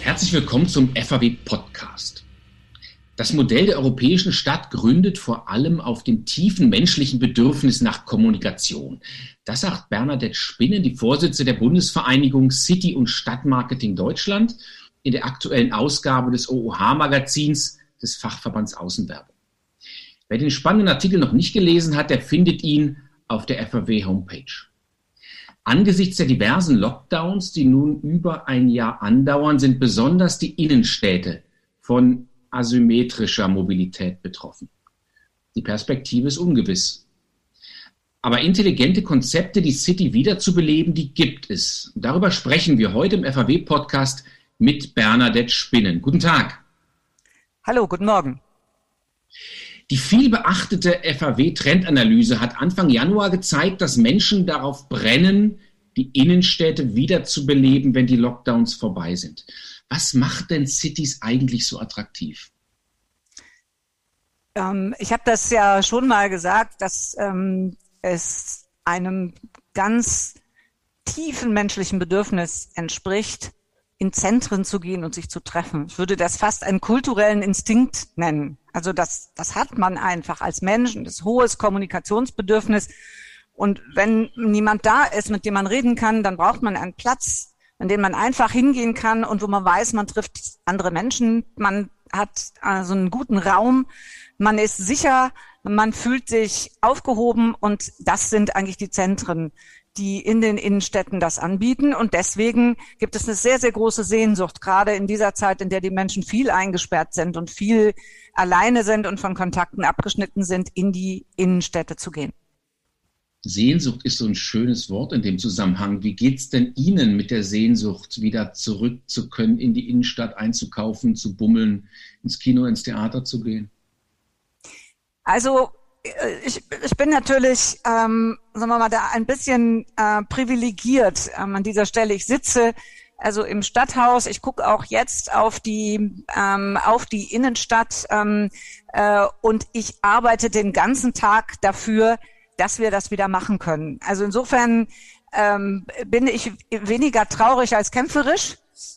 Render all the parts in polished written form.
Herzlich willkommen zum FAW-Podcast. Das Modell der europäischen Stadt gründet vor allem auf dem tiefen menschlichen Bedürfnis nach Kommunikation. Das sagt Bernadette Spinnen, die Vorsitzende der Bundesvereinigung City- und Stadtmarketing Deutschland, in der aktuellen Ausgabe des OOH-Magazins des Fachverbands Außenwerbung. Wer den spannenden Artikel noch nicht gelesen hat, der findet ihn auf der FAW-Homepage. Angesichts der diversen Lockdowns, die nun über ein Jahr andauern, sind besonders die Innenstädte von asymmetrischer Mobilität betroffen. Die Perspektive ist ungewiss. Aber intelligente Konzepte, die City wiederzubeleben, die gibt es. Und darüber sprechen wir heute im FAW-Podcast mit Bernadette Spinnen. Guten Tag. Hallo, guten Morgen. Die viel beachtete FAW-Trendanalyse hat Anfang Januar gezeigt, dass Menschen darauf brennen, die Innenstädte wiederzubeleben, wenn die Lockdowns vorbei sind. Was macht denn Cities eigentlich so attraktiv? Ich habe das ja schon mal gesagt, dass es einem ganz tiefen menschlichen Bedürfnis entspricht, in Zentren zu gehen und sich zu treffen. Ich würde das fast einen kulturellen Instinkt nennen. Also das hat man einfach als Mensch, das hohes Kommunikationsbedürfnis. Und wenn niemand da ist, mit dem man reden kann, dann braucht man einen Platz, an dem man einfach hingehen kann und wo man weiß, man trifft andere Menschen, man hat also einen guten Raum, man ist sicher, man fühlt sich aufgehoben und das sind eigentlich die Zentren, die in den Innenstädten das anbieten. Und deswegen gibt es eine sehr, sehr große Sehnsucht, gerade in dieser Zeit, in der die Menschen viel eingesperrt sind und viel alleine sind und von Kontakten abgeschnitten sind, in die Innenstädte zu gehen. Sehnsucht ist so ein schönes Wort in dem Zusammenhang. Wie geht's denn Ihnen mit der Sehnsucht, wieder zurück zu können, in die Innenstadt einzukaufen, zu bummeln, ins Kino, ins Theater zu gehen? Also ich bin natürlich, sagen wir mal, da ein bisschen privilegiert an dieser Stelle. Ich sitze also im Stadthaus. Ich gucke auch jetzt auf die Innenstadt und ich arbeite den ganzen Tag dafür, dass wir das wieder machen können. Also insofern bin ich weniger traurig als kämpferisch.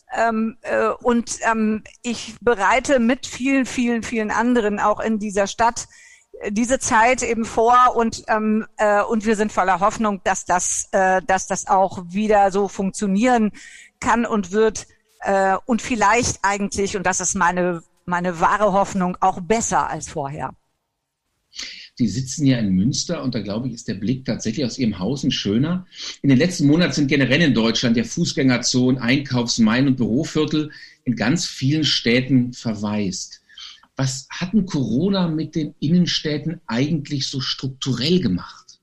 Und ich bereite mit vielen, vielen, vielen anderen auch in dieser Stadt diese Zeit eben vor und wir sind voller Hoffnung, dass das auch wieder so funktionieren kann und wird und vielleicht eigentlich, und das ist meine wahre Hoffnung, auch besser als vorher. Sie sitzen ja in Münster und da, glaube ich, ist der Blick tatsächlich aus Ihrem Haus ein schöner. In den letzten Monaten sind generell in Deutschland der Fußgängerzonen, Einkaufsmeilen und Büroviertel in ganz vielen Städten verwaist. Was hat denn Corona mit den Innenstädten eigentlich so strukturell gemacht?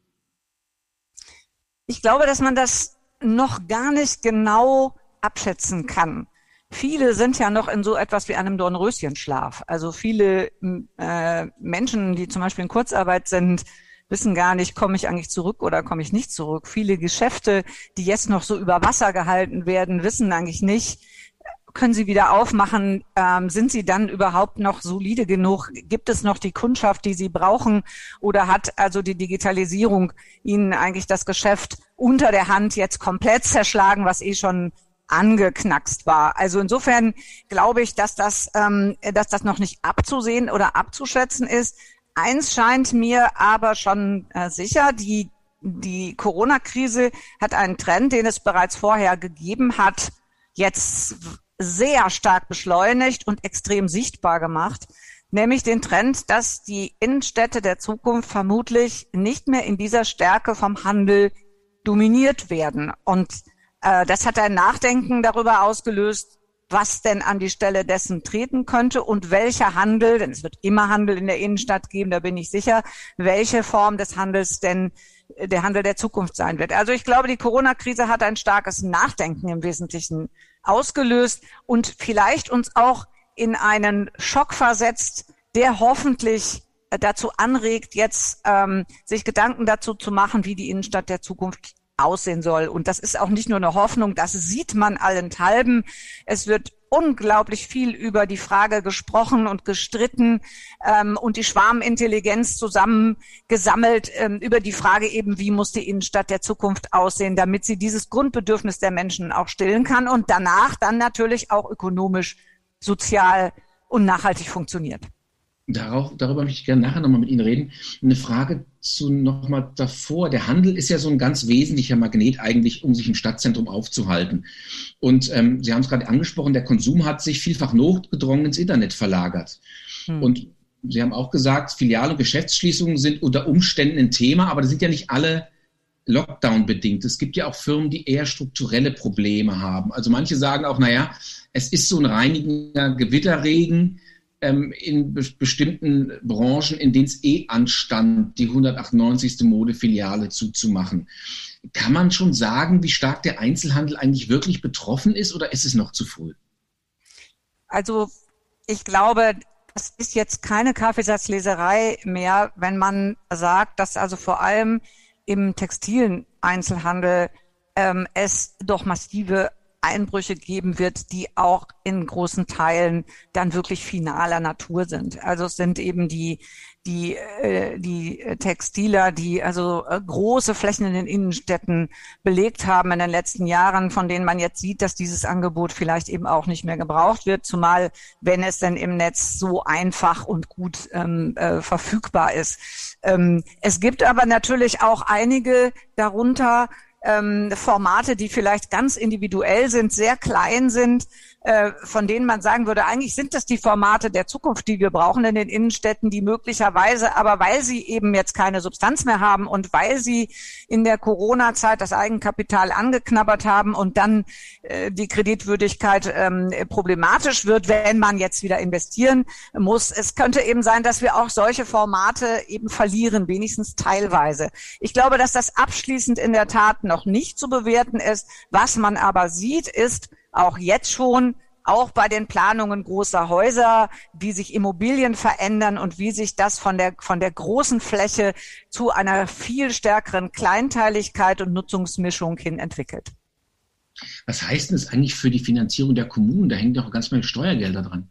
Ich glaube, dass man das noch gar nicht genau abschätzen kann. Viele sind ja noch in so etwas wie einem Dornröschenschlaf. Also viele Menschen, die zum Beispiel in Kurzarbeit sind, wissen gar nicht, komme ich eigentlich zurück oder komme ich nicht zurück. Viele Geschäfte, die jetzt noch so über Wasser gehalten werden, wissen eigentlich nicht, können sie wieder aufmachen? Sind sie dann überhaupt noch solide genug? Gibt es noch die Kundschaft, die sie brauchen? Oder hat also die Digitalisierung ihnen eigentlich das Geschäft unter der Hand jetzt komplett zerschlagen, was schon angeknackst war? Also insofern glaube ich, dass das noch nicht abzusehen oder abzuschätzen ist. Eins scheint mir aber schon sicher, die Corona-Krise hat einen Trend, den es bereits vorher gegeben hat, jetzt sehr stark beschleunigt und extrem sichtbar gemacht, nämlich den Trend, dass die Innenstädte der Zukunft vermutlich nicht mehr in dieser Stärke vom Handel dominiert werden. Und das hat ein Nachdenken darüber ausgelöst, was denn an die Stelle dessen treten könnte und welcher Handel, denn es wird immer Handel in der Innenstadt geben, da bin ich sicher, welche Form des Handels denn der Handel der Zukunft sein wird. Also ich glaube, die Corona-Krise hat ein starkes Nachdenken im Wesentlichen ausgelöst und vielleicht uns auch in einen Schock versetzt, der hoffentlich dazu anregt, jetzt sich Gedanken dazu zu machen, wie die Innenstadt der Zukunft aussehen soll. Und das ist auch nicht nur eine Hoffnung, das sieht man allenthalben. Es wird unglaublich viel über die Frage gesprochen und gestritten und die Schwarmintelligenz zusammengesammelt über die Frage eben, wie muss die Innenstadt der Zukunft aussehen, damit sie dieses Grundbedürfnis der Menschen auch stillen kann und danach dann natürlich auch ökonomisch, sozial und nachhaltig funktioniert. Darüber möchte ich gerne nachher nochmal mit Ihnen reden. Eine Frage zu nochmal davor. Der Handel ist ja so ein ganz wesentlicher Magnet eigentlich, um sich im Stadtzentrum aufzuhalten. Und Sie haben es gerade angesprochen, der Konsum hat sich vielfach notgedrungen ins Internet verlagert. Und Sie haben auch gesagt, Filial- und Geschäftsschließungen sind unter Umständen ein Thema, aber das sind ja nicht alle Lockdown-bedingt. Es gibt ja auch Firmen, die eher strukturelle Probleme haben. Also manche sagen auch, naja, es ist so ein reiniger Gewitterregen, in bestimmten Branchen, in denen es anstand, die 198. Modefiliale zuzumachen. Kann man schon sagen, wie stark der Einzelhandel eigentlich wirklich betroffen ist oder ist es noch zu früh? Also ich glaube, das ist jetzt keine Kaffeesatzleserei mehr, wenn man sagt, dass also vor allem im textilen Einzelhandel es doch massive Einbrüche geben wird, die auch in großen Teilen dann wirklich finaler Natur sind. Also es sind eben die Textiler, die also große Flächen in den Innenstädten belegt haben in den letzten Jahren, von denen man jetzt sieht, dass dieses Angebot vielleicht eben auch nicht mehr gebraucht wird, zumal wenn es denn im Netz so einfach und gut verfügbar ist. Es gibt aber natürlich auch einige darunter, Formate, die vielleicht ganz individuell sind, sehr klein sind, von denen man sagen würde, eigentlich sind das die Formate der Zukunft, die wir brauchen in den Innenstädten, die möglicherweise, aber weil sie eben jetzt keine Substanz mehr haben und weil sie in der Corona-Zeit das Eigenkapital angeknabbert haben und dann die Kreditwürdigkeit problematisch wird, wenn man jetzt wieder investieren muss. Es könnte eben sein, dass wir auch solche Formate eben verlieren, wenigstens teilweise. Ich glaube, dass das abschließend in der Tat noch nicht zu bewerten ist. Was man aber sieht, ist, auch jetzt schon, auch bei den Planungen großer Häuser, wie sich Immobilien verändern und wie sich das von der großen Fläche zu einer viel stärkeren Kleinteiligkeit und Nutzungsmischung hin entwickelt. Was heißt denn das eigentlich für die Finanzierung der Kommunen? Da hängen doch auch ganz viele Steuergelder dran.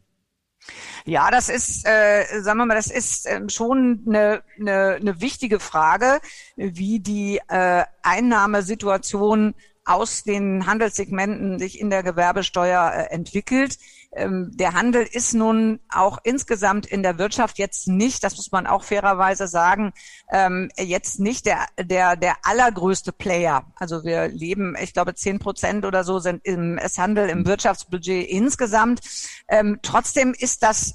Ja, das ist, sagen wir mal, das ist schon eine wichtige Frage, wie die Einnahmesituation aus den Handelssegmenten sich in der Gewerbesteuer entwickelt. Der Handel ist nun auch insgesamt in der Wirtschaft jetzt nicht, das muss man auch fairerweise sagen, jetzt nicht der allergrößte Player. Also wir leben, ich glaube 10% oder so sind im Handel im Wirtschaftsbudget insgesamt. Trotzdem ist das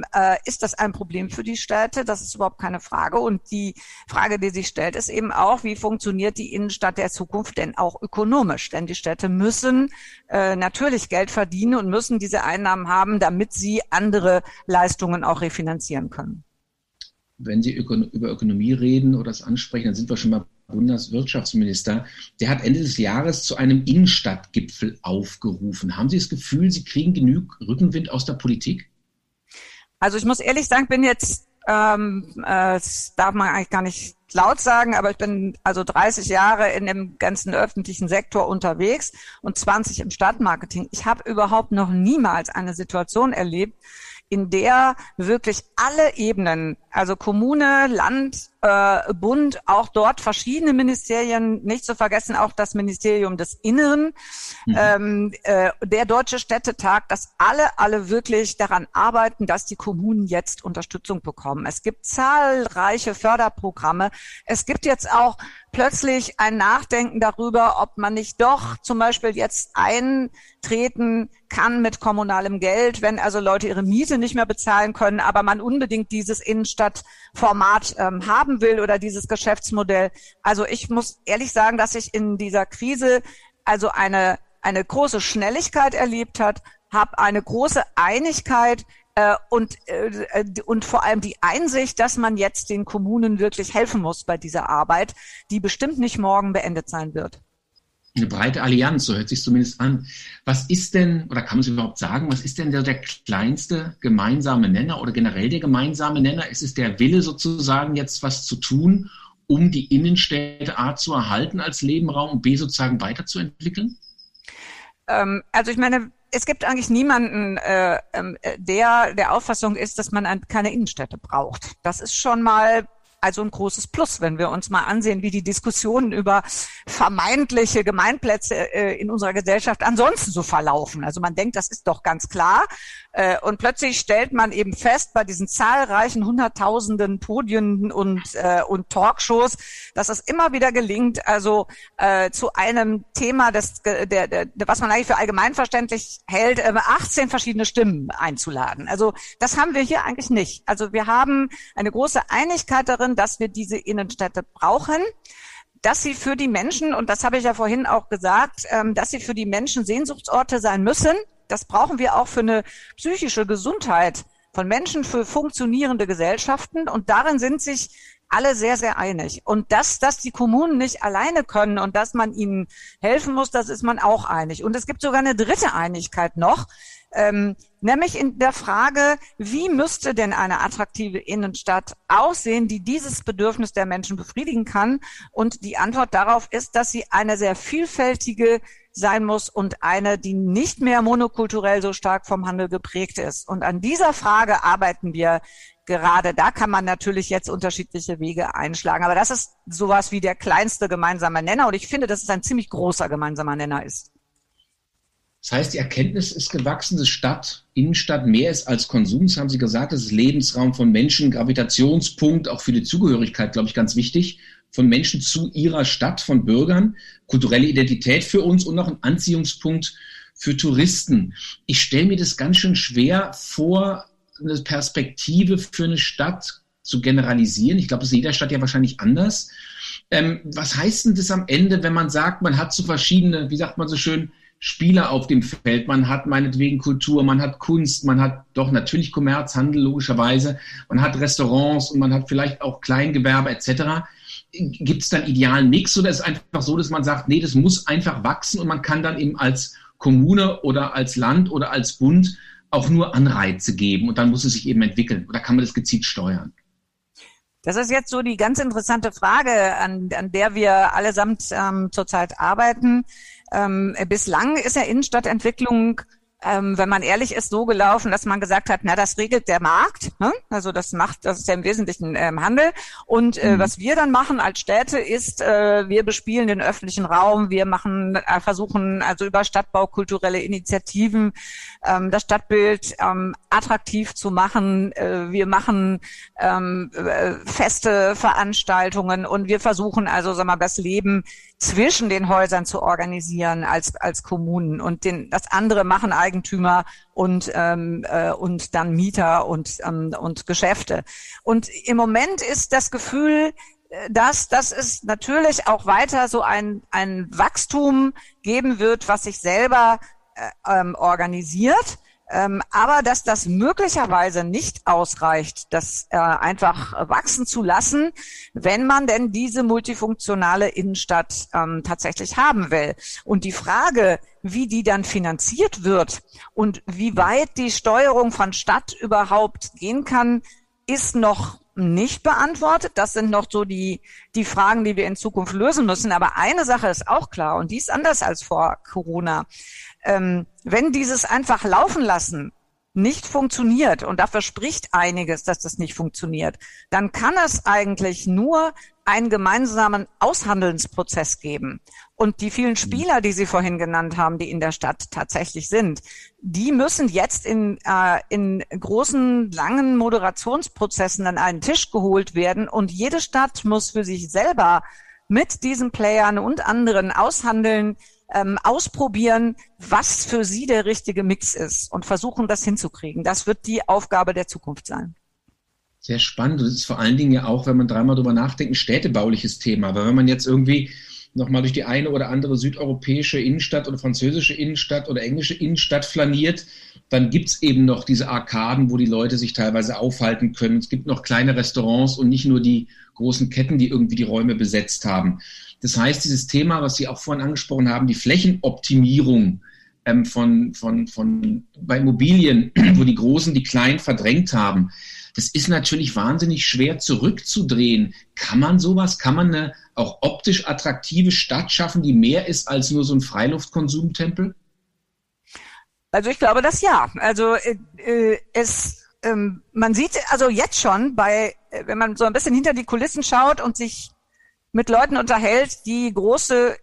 ein Problem für die Städte, das ist überhaupt keine Frage. Und die Frage, die sich stellt, ist eben auch, wie funktioniert die Innenstadt der Zukunft denn auch ökonomisch? Denn die Städte müssen natürlich Geld verdienen und müssen diese Einnahmen haben, damit sie andere Leistungen auch refinanzieren können. Wenn Sie über Ökonomie reden oder das ansprechen, dann sind wir schon mal Bundeswirtschaftsminister. Der hat Ende des Jahres zu einem Innenstadtgipfel aufgerufen. Haben Sie das Gefühl, Sie kriegen genug Rückenwind aus der Politik? Also ich muss ehrlich sagen, bin jetzt, das darf man eigentlich gar nicht laut sagen, aber ich bin also 30 Jahre in dem ganzen öffentlichen Sektor unterwegs und 20 im Stadtmarketing. Ich habe überhaupt noch niemals eine Situation erlebt, in der wirklich alle Ebenen, also Kommune, Land, Bund, auch dort verschiedene Ministerien, nicht zu vergessen auch das Ministerium des Inneren, der Deutsche Städtetag, dass alle wirklich daran arbeiten, dass die Kommunen jetzt Unterstützung bekommen. Es gibt zahlreiche Förderprogramme. Es gibt jetzt auch plötzlich ein Nachdenken darüber, ob man nicht doch zum Beispiel jetzt eintreten kann mit kommunalem Geld, wenn also Leute ihre Miete nicht mehr bezahlen können, aber man unbedingt dieses Innenstadtformat haben will oder dieses Geschäftsmodell. Also ich muss ehrlich sagen, dass ich in dieser Krise also eine große Schnelligkeit erlebt habe eine große Einigkeit und vor allem die Einsicht, dass man jetzt den Kommunen wirklich helfen muss bei dieser Arbeit, die bestimmt nicht morgen beendet sein wird. Eine breite Allianz, so hört sich zumindest an. Was ist denn, oder kann man es überhaupt sagen, was ist denn der kleinste gemeinsame Nenner oder generell der gemeinsame Nenner? Ist es der Wille sozusagen jetzt was zu tun, um die Innenstädte A zu erhalten als Nebenraum und B sozusagen weiterzuentwickeln? Also ich meine, es gibt eigentlich niemanden, der Auffassung ist, dass man keine Innenstädte braucht. Das ist schon mal also ein großes Plus, wenn wir uns mal ansehen, wie die Diskussionen über vermeintliche Gemeinplätze in unserer Gesellschaft ansonsten so verlaufen. Also man denkt, das ist doch ganz klar. Und plötzlich stellt man eben fest, bei diesen zahlreichen Hunderttausenden Podien und Talkshows, dass es immer wieder gelingt, also zu einem Thema, was man eigentlich für allgemeinverständlich hält, 18 verschiedene Stimmen einzuladen. Also das haben wir hier eigentlich nicht. Also wir haben eine große Einigkeit darin, dass wir diese Innenstädte brauchen, dass sie für die Menschen, und das habe ich ja vorhin auch gesagt, dass sie für die Menschen Sehnsuchtsorte sein müssen. Das brauchen wir auch für eine psychische Gesundheit von Menschen, für funktionierende Gesellschaften. Und darin sind sich alle sehr, sehr einig. Und dass die Kommunen nicht alleine können und dass man ihnen helfen muss, das ist man auch einig. Und es gibt sogar eine dritte Einigkeit noch, nämlich in der Frage, wie müsste denn eine attraktive Innenstadt aussehen, die dieses Bedürfnis der Menschen befriedigen kann? Und die Antwort darauf ist, dass sie eine sehr vielfältige sein muss und eine, die nicht mehr monokulturell so stark vom Handel geprägt ist. Und an dieser Frage arbeiten wir gerade. Da kann man natürlich jetzt unterschiedliche Wege einschlagen. Aber das ist sowas wie der kleinste gemeinsame Nenner. Und ich finde, dass es ein ziemlich großer gemeinsamer Nenner ist. Das heißt, die Erkenntnis ist gewachsen, dass Innenstadt mehr ist als Konsum. Das haben Sie gesagt, das ist Lebensraum von Menschen, Gravitationspunkt, auch für die Zugehörigkeit, glaube ich, ganz wichtig, von Menschen zu ihrer Stadt, von Bürgern, kulturelle Identität für uns und auch ein Anziehungspunkt für Touristen. Ich stelle mir das ganz schön schwer vor, eine Perspektive für eine Stadt zu generalisieren. Ich glaube, das ist in jeder Stadt ja wahrscheinlich anders. Was heißt denn das am Ende, wenn man sagt, man hat so verschiedene, wie sagt man so schön, Spieler auf dem Feld, man hat meinetwegen Kultur, man hat Kunst, man hat doch natürlich Kommerz, Handel logischerweise, man hat Restaurants und man hat vielleicht auch Kleingewerbe etc. Gibt es dann einen idealen Mix oder ist es einfach so, dass man sagt, nee, das muss einfach wachsen und man kann dann eben als Kommune oder als Land oder als Bund auch nur Anreize geben und dann muss es sich eben entwickeln oder kann man das gezielt steuern? Das ist jetzt so die ganz interessante Frage, an der wir allesamt zurzeit arbeiten. Bislang ist ja Innenstadtentwicklung, wenn man ehrlich ist, so gelaufen, dass man gesagt hat, na, das regelt der Markt, ne? Also das ist ja im Wesentlichen Handel. Und was wir dann machen als Städte ist, wir bespielen den öffentlichen Raum, wir versuchen also über Stadtbau, kulturelle Initiativen das Stadtbild attraktiv zu machen. Wir machen feste Veranstaltungen und wir versuchen also, das Leben zwischen den Häusern zu organisieren als Kommunen, und das andere machen Eigentümer und dann Mieter und Geschäfte. Und im Moment ist das Gefühl, dass es natürlich auch weiter so ein Wachstum geben wird, was sich selber organisiert. Aber dass das möglicherweise nicht ausreicht, das einfach wachsen zu lassen, wenn man denn diese multifunktionale Innenstadt tatsächlich haben will. Und die Frage, wie die dann finanziert wird und wie weit die Steuerung von Stadt überhaupt gehen kann, ist noch nicht beantwortet. Das sind noch so die Fragen, die wir in Zukunft lösen müssen. Aber eine Sache ist auch klar, und die ist anders als vor Corona. Wenn dieses einfach laufen lassen nicht funktioniert, und dafür spricht einiges, dass das nicht funktioniert, dann kann es eigentlich nur einen gemeinsamen Aushandelsprozess geben. Und die vielen Spieler, die Sie vorhin genannt haben, die in der Stadt tatsächlich sind, die müssen jetzt in großen, langen Moderationsprozessen an einen Tisch geholt werden. Und jede Stadt muss für sich selber mit diesen Playern und anderen aushandeln, ausprobieren, was für sie der richtige Mix ist und versuchen, das hinzukriegen. Das wird die Aufgabe der Zukunft sein. Sehr spannend. Und das ist vor allen Dingen ja auch, wenn man dreimal drüber nachdenkt, ein städtebauliches Thema. Weil wenn man jetzt irgendwie nochmal durch die eine oder andere südeuropäische Innenstadt oder französische Innenstadt oder englische Innenstadt flaniert, dann gibt's eben noch diese Arkaden, wo die Leute sich teilweise aufhalten können. Es gibt noch kleine Restaurants und nicht nur die großen Ketten, die irgendwie die Räume besetzt haben. Das heißt, dieses Thema, was Sie auch vorhin angesprochen haben, die Flächenoptimierung bei Immobilien, wo die Großen die Kleinen verdrängt haben, das ist natürlich wahnsinnig schwer zurückzudrehen. Kann man eine auch optisch attraktive Stadt schaffen, die mehr ist als nur so ein Freiluftkonsumtempel? Also ich glaube das ja. Also man sieht also jetzt schon wenn man so ein bisschen hinter die Kulissen schaut und sich mit Leuten unterhält, die große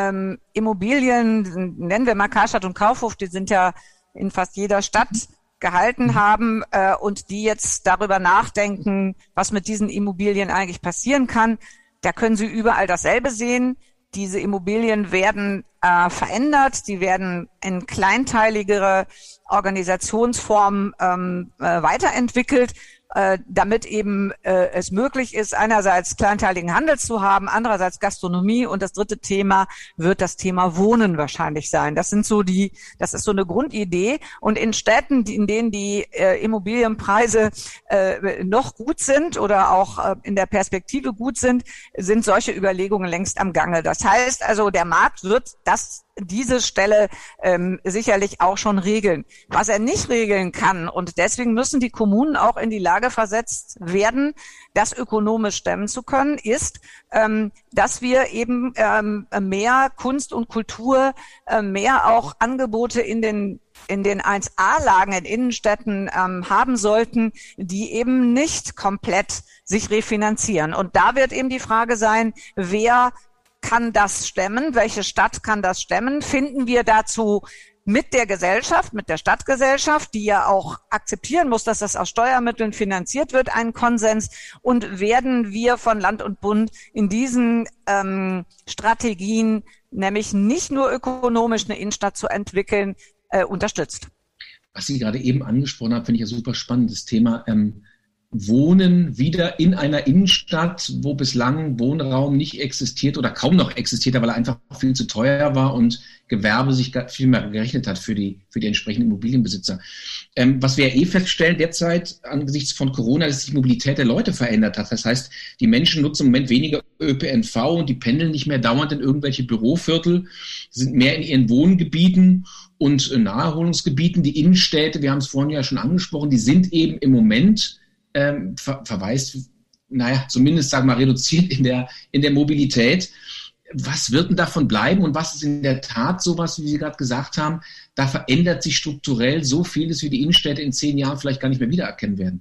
Immobilien, nennen wir mal Karstadt und Kaufhof, die sind ja in fast jeder Stadt gehalten haben und die jetzt darüber nachdenken, was mit diesen Immobilien eigentlich passieren kann. Da können Sie überall dasselbe sehen. Diese Immobilien werden verändert, die werden in kleinteiligere Organisationsformen weiterentwickelt, damit eben es möglich ist, einerseits kleinteiligen Handel zu haben, andererseits Gastronomie und das dritte Thema wird das Thema Wohnen wahrscheinlich sein. Das ist so eine Grundidee und in Städten, in denen die Immobilienpreise noch gut sind oder auch in der Perspektive gut sind solche Überlegungen längst am Gange. Das heißt also, der Markt wird diese Stelle sicherlich auch schon regeln. Was er nicht regeln kann, und deswegen müssen die Kommunen auch in die Lage versetzt werden, das ökonomisch stemmen zu können, ist, dass wir eben mehr Kunst und Kultur, mehr auch Angebote in den 1A-Lagen in Innenstädten haben sollten, die eben nicht komplett sich refinanzieren. Und da wird eben die Frage sein, wer kann das stemmen? Welche Stadt kann das stemmen? Finden wir dazu mit der Gesellschaft, mit der Stadtgesellschaft, die ja auch akzeptieren muss, dass das aus Steuermitteln finanziert wird, einen Konsens? Und werden wir von Land und Bund in diesen Strategien, nämlich nicht nur ökonomisch eine Innenstadt zu entwickeln, unterstützt? Was Sie gerade eben angesprochen haben, finde ich ja super spannend, das Thema Wohnen wieder in einer Innenstadt, wo bislang Wohnraum nicht existiert oder kaum noch existierte, weil er einfach viel zu teuer war und Gewerbe sich viel mehr gerechnet hat für die entsprechenden Immobilienbesitzer. Was wir ja feststellen derzeit angesichts von Corona, dass sich die Mobilität der Leute verändert hat. Das heißt, die Menschen nutzen im Moment weniger ÖPNV und die pendeln nicht mehr dauernd in irgendwelche Büroviertel, sind mehr in ihren Wohngebieten und Naherholungsgebieten. Die Innenstädte, wir haben es vorhin ja schon angesprochen, die sind eben im Moment verweist, zumindest sagen wir mal reduziert in der Mobilität. Was wird denn davon bleiben und was ist in der Tat sowas, wie Sie gerade gesagt haben, da verändert sich strukturell so vieles, wie die Innenstädte in 10 Jahren vielleicht gar nicht mehr wiedererkennen werden?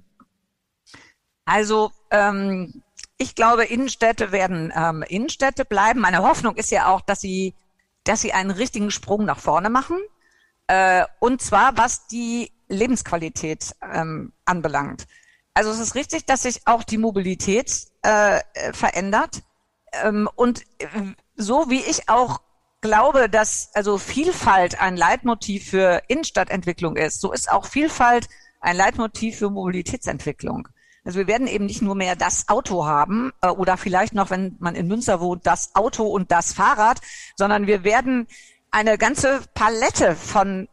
Also ich glaube, Innenstädte werden Innenstädte bleiben. Meine Hoffnung ist ja auch, dass sie einen richtigen Sprung nach vorne machen, und zwar was die Lebensqualität anbelangt. Also es ist richtig, dass sich auch die Mobilität verändert. Und so wie ich auch glaube, dass also Vielfalt ein Leitmotiv für Innenstadtentwicklung ist, so ist auch Vielfalt ein Leitmotiv für Mobilitätsentwicklung. Also wir werden eben nicht nur mehr das Auto haben oder vielleicht noch, wenn man in Münster wohnt, das Auto und das Fahrrad, sondern wir werden eine ganze Palette von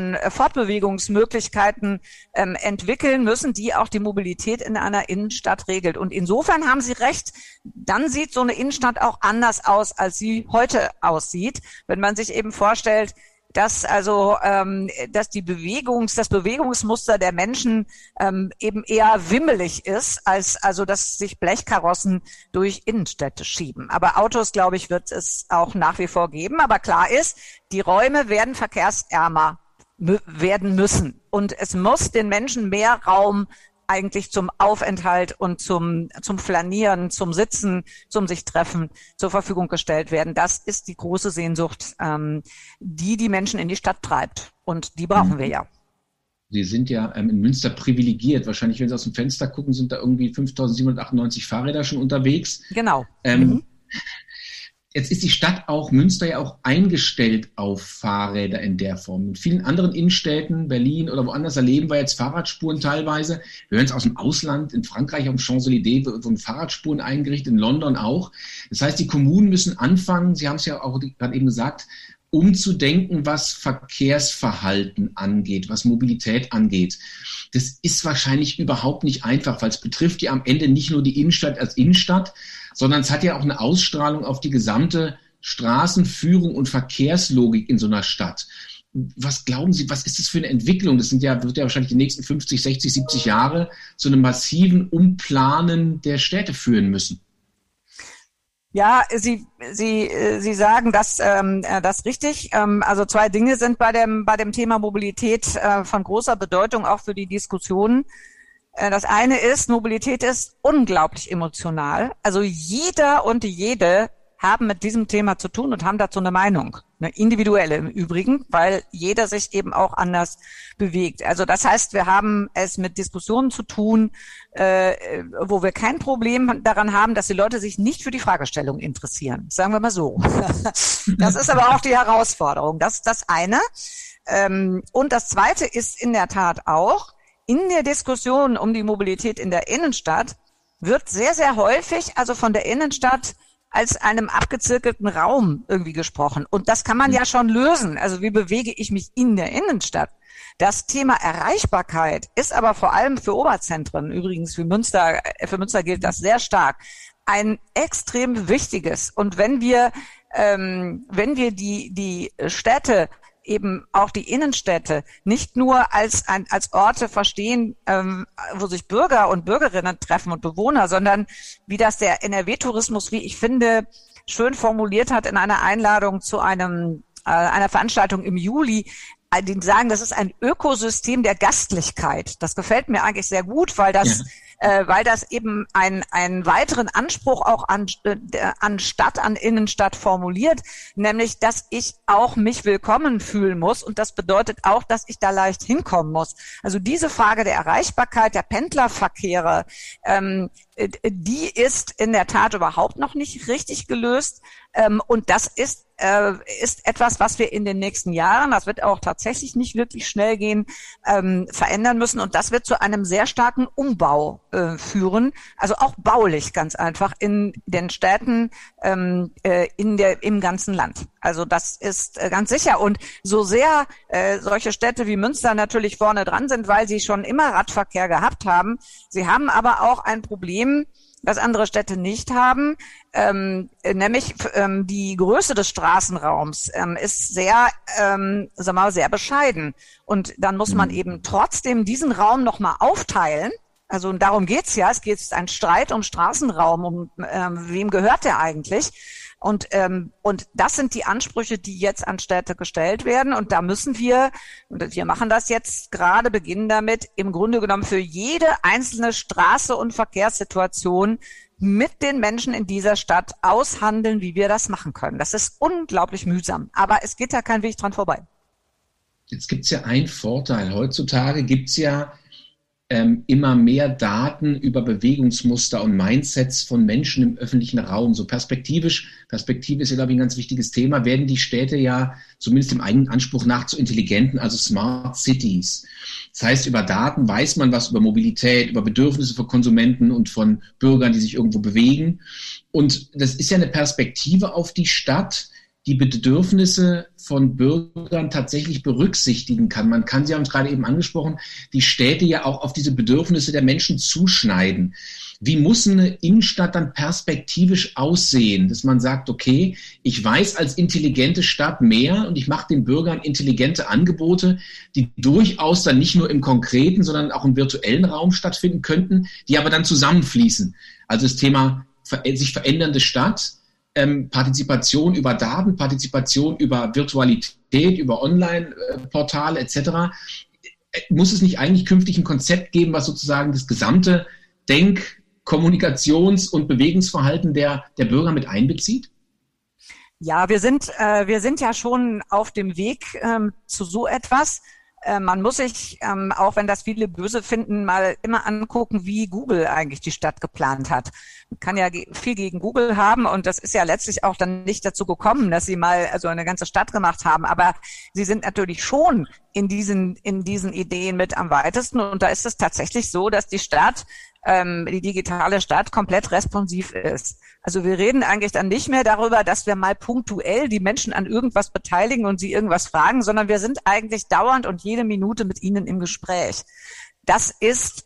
Fortbewegungsmöglichkeiten entwickeln müssen, die auch die Mobilität in einer Innenstadt regelt. Und insofern haben Sie recht, dann sieht so eine Innenstadt auch anders aus, als sie heute aussieht. Wenn man sich eben vorstellt, dass das Bewegungsmuster der Menschen eben eher wimmelig ist, als dass sich Blechkarossen durch Innenstädte schieben. Aber Autos, glaube ich, wird es auch nach wie vor geben. Aber klar ist, die Räume werden verkehrsärmer werden müssen. Und es muss den Menschen mehr Raum eigentlich zum Aufenthalt und zum Flanieren, zum Sitzen, zum sich treffen zur Verfügung gestellt werden. Das ist die große Sehnsucht, die Menschen in die Stadt treibt. Und die brauchen wir ja. Sie sind ja in Münster privilegiert. Wahrscheinlich, wenn Sie aus dem Fenster gucken, sind da irgendwie 5.798 Fahrräder schon unterwegs. Genau. Jetzt ist die Stadt auch, Münster ja auch eingestellt auf Fahrräder in der Form. In vielen anderen Innenstädten, Berlin oder woanders, erleben wir jetzt Fahrradspuren teilweise. Wir hören es aus dem Ausland, in Frankreich auf dem Champs-Élysées wurden Fahrradspuren eingerichtet, in London auch. Das heißt, die Kommunen müssen anfangen, Sie haben es ja auch gerade eben gesagt, umzudenken, was Verkehrsverhalten angeht, was Mobilität angeht. Das ist wahrscheinlich überhaupt nicht einfach, weil es betrifft ja am Ende nicht nur die Innenstadt als Innenstadt, sondern es hat ja auch eine Ausstrahlung auf die gesamte Straßenführung und Verkehrslogik in so einer Stadt. Was glauben Sie, was ist das für eine Entwicklung? Das wird ja wahrscheinlich die nächsten 50, 60, 70 Jahre zu einem massiven Umplanen der Städte führen müssen. Ja, Sie sagen das richtig. Also zwei Dinge sind bei dem Thema Mobilität von großer Bedeutung auch für die Diskussion. Das eine ist, Mobilität ist unglaublich emotional. Also jeder und jede haben mit diesem Thema zu tun und haben dazu eine Meinung. Eine individuelle im Übrigen, weil jeder sich eben auch anders bewegt. Also das heißt, wir haben es mit Diskussionen zu tun, wo wir kein Problem daran haben, dass die Leute sich nicht für die Fragestellung interessieren. Sagen wir mal so. Das ist aber auch die Herausforderung. Das ist das eine. Und das zweite ist in der Tat auch, in der Diskussion um die Mobilität in der Innenstadt wird sehr, sehr häufig, also von der Innenstadt als einem abgezirkelten Raum irgendwie gesprochen. Und das kann man ja schon lösen. Also wie bewege ich mich in der Innenstadt? Das Thema Erreichbarkeit ist aber vor allem für Oberzentren, übrigens für Münster gilt das sehr stark, ein extrem wichtiges. Und wenn wir die Städte, eben auch die Innenstädte, nicht nur als Orte verstehen, wo sich Bürger und Bürgerinnen treffen und Bewohner, sondern wie das der NRW-Tourismus, wie ich finde, schön formuliert hat in einer Einladung zu einer Veranstaltung im Juli, die sagen, das ist ein Ökosystem der Gastlichkeit. Das gefällt mir eigentlich sehr gut, weil das eben einen weiteren Anspruch auch an Stadt, an Innenstadt formuliert, nämlich, dass ich auch mich willkommen fühlen muss. Und das bedeutet auch, dass ich da leicht hinkommen muss. Also diese Frage der Erreichbarkeit, der Pendlerverkehre, die ist in der Tat überhaupt noch nicht richtig gelöst. Und das ist etwas, was wir in den nächsten Jahren, das wird auch tatsächlich nicht wirklich schnell gehen, verändern müssen. Und das wird zu einem sehr starken Umbau führen. Also auch baulich ganz einfach in den Städten, im ganzen Land. Also das ist ganz sicher. Und so sehr solche Städte wie Münster natürlich vorne dran sind, weil sie schon immer Radverkehr gehabt haben, sie haben aber auch ein Problem, das andere Städte nicht haben, nämlich die Größe des Straßenraums ist sehr bescheiden. Und dann muss man eben trotzdem diesen Raum nochmal aufteilen. Also und darum geht's ja. Es geht ein Streit um Straßenraum, wem gehört der eigentlich? Und das sind die Ansprüche, die jetzt an Städte gestellt werden. Und da müssen wir, und wir machen das jetzt gerade, beginnen damit, im Grunde genommen für jede einzelne Straße und Verkehrssituation mit den Menschen in dieser Stadt aushandeln, wie wir das machen können. Das ist unglaublich mühsam, aber es geht ja kein Weg dran vorbei. Jetzt gibt es ja einen Vorteil. Heutzutage gibt es ja immer mehr Daten über Bewegungsmuster und Mindsets von Menschen im öffentlichen Raum. So Perspektive ist ja, glaube ich, ein ganz wichtiges Thema, werden die Städte ja zumindest im eigenen Anspruch nach zu intelligenten, also Smart Cities. Das heißt, über Daten weiß man was über Mobilität, über Bedürfnisse von Konsumenten und von Bürgern, die sich irgendwo bewegen. Und das ist ja eine Perspektive auf die Stadt, die Bedürfnisse von Bürgern tatsächlich berücksichtigen kann. Man kann, Sie haben es gerade eben angesprochen, die Städte ja auch auf diese Bedürfnisse der Menschen zuschneiden. Wie muss eine Innenstadt dann perspektivisch aussehen, dass man sagt, okay, ich weiß als intelligente Stadt mehr und ich mache den Bürgern intelligente Angebote, die durchaus dann nicht nur im konkreten, sondern auch im virtuellen Raum stattfinden könnten, die aber dann zusammenfließen. Also das Thema sich verändernde Stadt, Partizipation über Daten, Partizipation über Virtualität, über Online-Portale etc. Muss es nicht eigentlich künftig ein Konzept geben, was sozusagen das gesamte Kommunikations- und Bewegungsverhalten der Bürger mit einbezieht? Ja, wir sind ja schon auf dem Weg zu so etwas. Man muss sich, auch wenn das viele böse finden, mal immer angucken, wie Google eigentlich die Stadt geplant hat. Man kann ja viel gegen Google haben und das ist ja letztlich auch dann nicht dazu gekommen, dass sie mal also eine ganze Stadt gemacht haben. Aber sie sind natürlich schon in diesen Ideen mit am weitesten und da ist es tatsächlich so, dass die Stadt, die digitale Stadt komplett responsiv ist. Also wir reden eigentlich dann nicht mehr darüber, dass wir mal punktuell die Menschen an irgendwas beteiligen und sie irgendwas fragen, sondern wir sind eigentlich dauernd und jede Minute mit ihnen im Gespräch. Das ist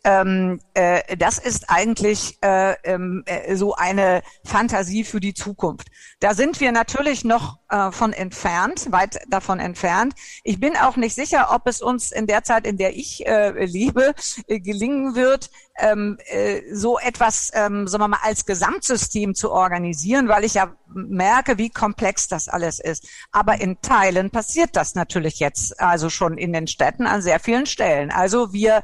eigentlich so eine Fantasie für die Zukunft. Da sind wir natürlich noch weit davon entfernt. Ich bin auch nicht sicher, ob es uns in der Zeit, in der ich lebe, gelingen wird, so etwas, sagen wir mal, als Gesamtsystem zu organisieren, weil ich ja merke, wie komplex das alles ist. Aber in Teilen passiert das natürlich jetzt, also schon in den Städten an sehr vielen Stellen. Also wir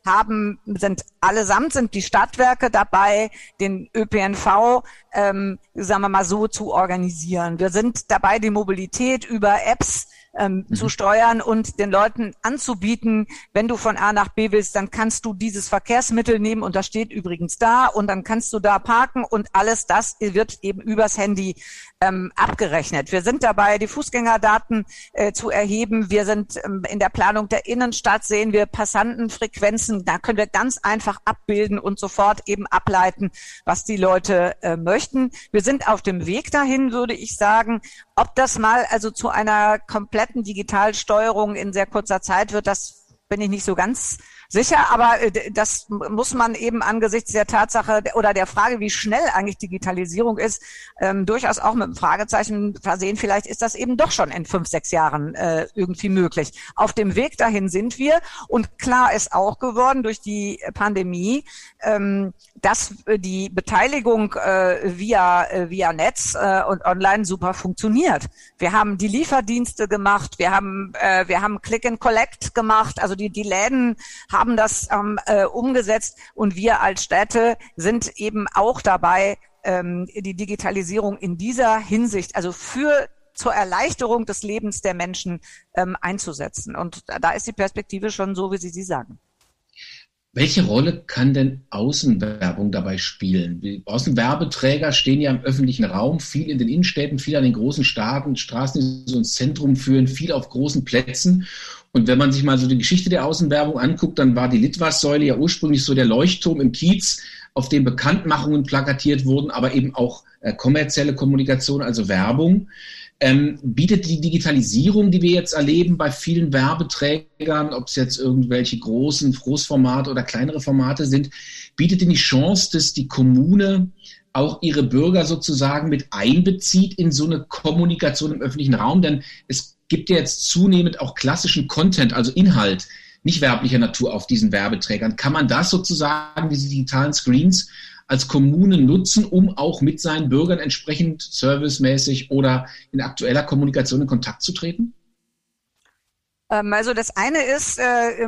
sind die Stadtwerke dabei, den ÖPNV, sagen wir mal so, zu organisieren. Wir sind dabei, die Mobilität über Apps zu steuern und den Leuten anzubieten, wenn du von A nach B willst, dann kannst du dieses Verkehrsmittel nehmen und das steht übrigens da und dann kannst du da parken und alles das wird eben übers Handy abgerechnet. Wir sind dabei, die Fußgängerdaten zu erheben. Wir sind in der Planung der Innenstadt, sehen wir Passantenfrequenzen. Da können wir ganz einfach abbilden und sofort eben ableiten, was die Leute möchten. Wir sind auf dem Weg dahin, würde ich sagen. Ob das mal also zu einer kompletten Digitalsteuerung in sehr kurzer Zeit wird, das bin ich nicht so ganz sicher, aber das muss man eben angesichts der Tatsache oder der Frage, wie schnell eigentlich Digitalisierung ist, durchaus auch mit einem Fragezeichen versehen. Vielleicht ist das eben doch schon in 5, 6 Jahren irgendwie möglich. Auf dem Weg dahin sind wir und klar ist auch geworden durch die Pandemie, dass die Beteiligung via Netz und online super funktioniert. Wir haben die Lieferdienste gemacht, wir haben Click and Collect gemacht, also die Läden haben das umgesetzt und wir als Städte sind eben auch dabei, die Digitalisierung in dieser Hinsicht, also zur Erleichterung des Lebens der Menschen einzusetzen. Und da ist die Perspektive schon so, wie Sie sagen. Welche Rolle kann denn Außenwerbung dabei spielen? Die Außenwerbeträger stehen ja im öffentlichen Raum, viel in den Innenstädten, viel an den großen Straßen, die so ins Zentrum führen, viel auf großen Plätzen. Und wenn man sich mal so die Geschichte der Außenwerbung anguckt, dann war die Litwas-Säule ja ursprünglich so der Leuchtturm im Kiez, auf dem Bekanntmachungen plakatiert wurden, aber eben auch kommerzielle Kommunikation, also Werbung. Bietet die Digitalisierung, die wir jetzt erleben bei vielen Werbeträgern, ob es jetzt irgendwelche Großformate oder kleinere Formate sind, bietet die Chance, dass die Kommune auch ihre Bürger sozusagen mit einbezieht in so eine Kommunikation im öffentlichen Raum? Denn es gibt ja jetzt zunehmend auch klassischen Content, also Inhalt, nicht werblicher Natur auf diesen Werbeträgern. Kann man das sozusagen, diese digitalen Screens, als Kommune nutzen, um auch mit seinen Bürgern entsprechend servicemäßig oder in aktueller Kommunikation in Kontakt zu treten? Also das eine ist,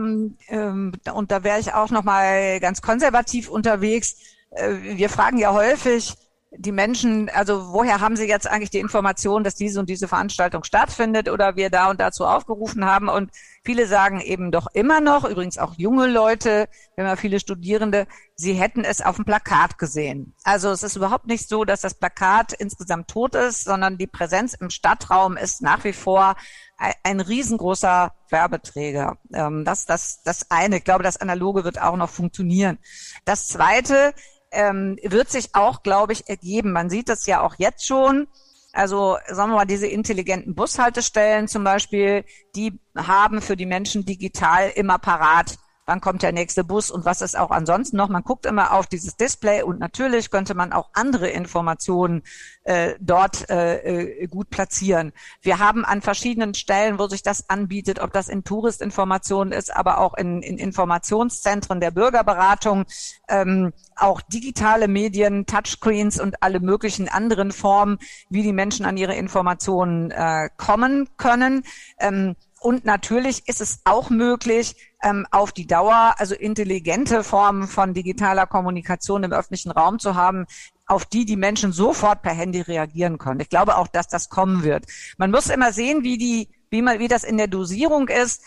und da wäre ich auch nochmal ganz konservativ unterwegs, wir fragen ja häufig die Menschen, also woher haben sie jetzt eigentlich die Information, dass diese und diese Veranstaltung stattfindet oder wir da und dazu aufgerufen haben, und viele sagen eben doch immer noch, übrigens auch junge Leute, wir haben ja viele Studierende, sie hätten es auf dem Plakat gesehen. Also es ist überhaupt nicht so, dass das Plakat insgesamt tot ist, sondern die Präsenz im Stadtraum ist nach wie vor ein riesengroßer Werbeträger. Das eine. Ich glaube, das Analoge wird auch noch funktionieren. Das zweite wird sich auch, glaube ich, ergeben. Man sieht das ja auch jetzt schon. Also sagen wir mal, diese intelligenten Bushaltestellen zum Beispiel, die haben für die Menschen digital immer parat, wann kommt der nächste Bus und was ist auch ansonsten noch. Man guckt immer auf dieses Display und natürlich könnte man auch andere Informationen dort gut platzieren. Wir haben an verschiedenen Stellen, wo sich das anbietet, ob das in Touristinformationen ist, aber auch in Informationszentren der Bürgerberatung, auch digitale Medien, Touchscreens und alle möglichen anderen Formen, wie die Menschen an ihre Informationen kommen können. Und natürlich ist es auch möglich, auf die Dauer, also intelligente Formen von digitaler Kommunikation im öffentlichen Raum zu haben, auf die Menschen sofort per Handy reagieren können. Ich glaube auch, dass das kommen wird. Man muss immer sehen, wie das in der Dosierung ist,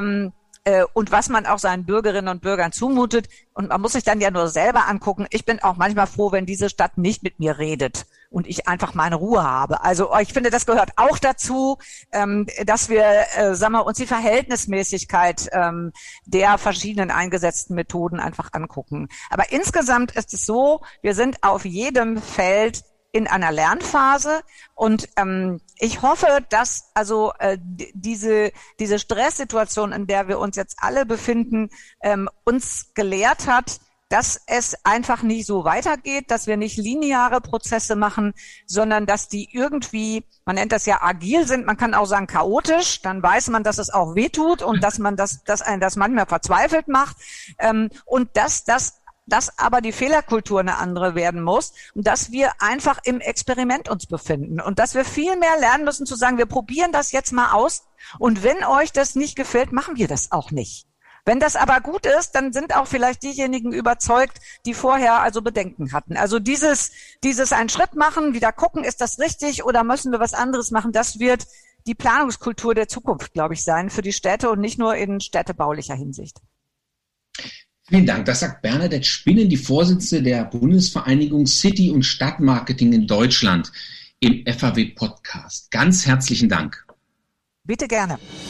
und was man auch seinen Bürgerinnen und Bürgern zumutet. Und man muss sich dann ja nur selber angucken. Ich bin auch manchmal froh, wenn diese Stadt nicht mit mir redet und ich einfach meine Ruhe habe. Also ich finde, das gehört auch dazu, dass wir uns die Verhältnismäßigkeit der verschiedenen eingesetzten Methoden einfach angucken. Aber insgesamt ist es so, wir sind auf jedem Feld in einer Lernphase und ich hoffe, dass also diese Stresssituation, in der wir uns jetzt alle befinden, uns gelehrt hat, dass es einfach nicht so weitergeht, dass wir nicht lineare Prozesse machen, sondern dass die irgendwie, man nennt das ja agil sind, man kann auch sagen chaotisch, dann weiß man, dass es auch wehtut und dass einen das manchmal verzweifelt macht, und dass das dass aber die Fehlerkultur eine andere werden muss und dass wir einfach im Experiment uns befinden und dass wir viel mehr lernen müssen zu sagen, wir probieren das jetzt mal aus und wenn euch das nicht gefällt, machen wir das auch nicht. Wenn das aber gut ist, dann sind auch vielleicht diejenigen überzeugt, die vorher also Bedenken hatten. Also dieses einen Schritt machen, wieder gucken, ist das richtig oder müssen wir was anderes machen, das wird die Planungskultur der Zukunft, glaube ich, sein für die Städte und nicht nur in städtebaulicher Hinsicht. Vielen Dank. Das sagt Bernadette Spinnen, die Vorsitzende der Bundesvereinigung City- und Stadtmarketing in Deutschland im FAW-Podcast. Ganz herzlichen Dank. Bitte gerne.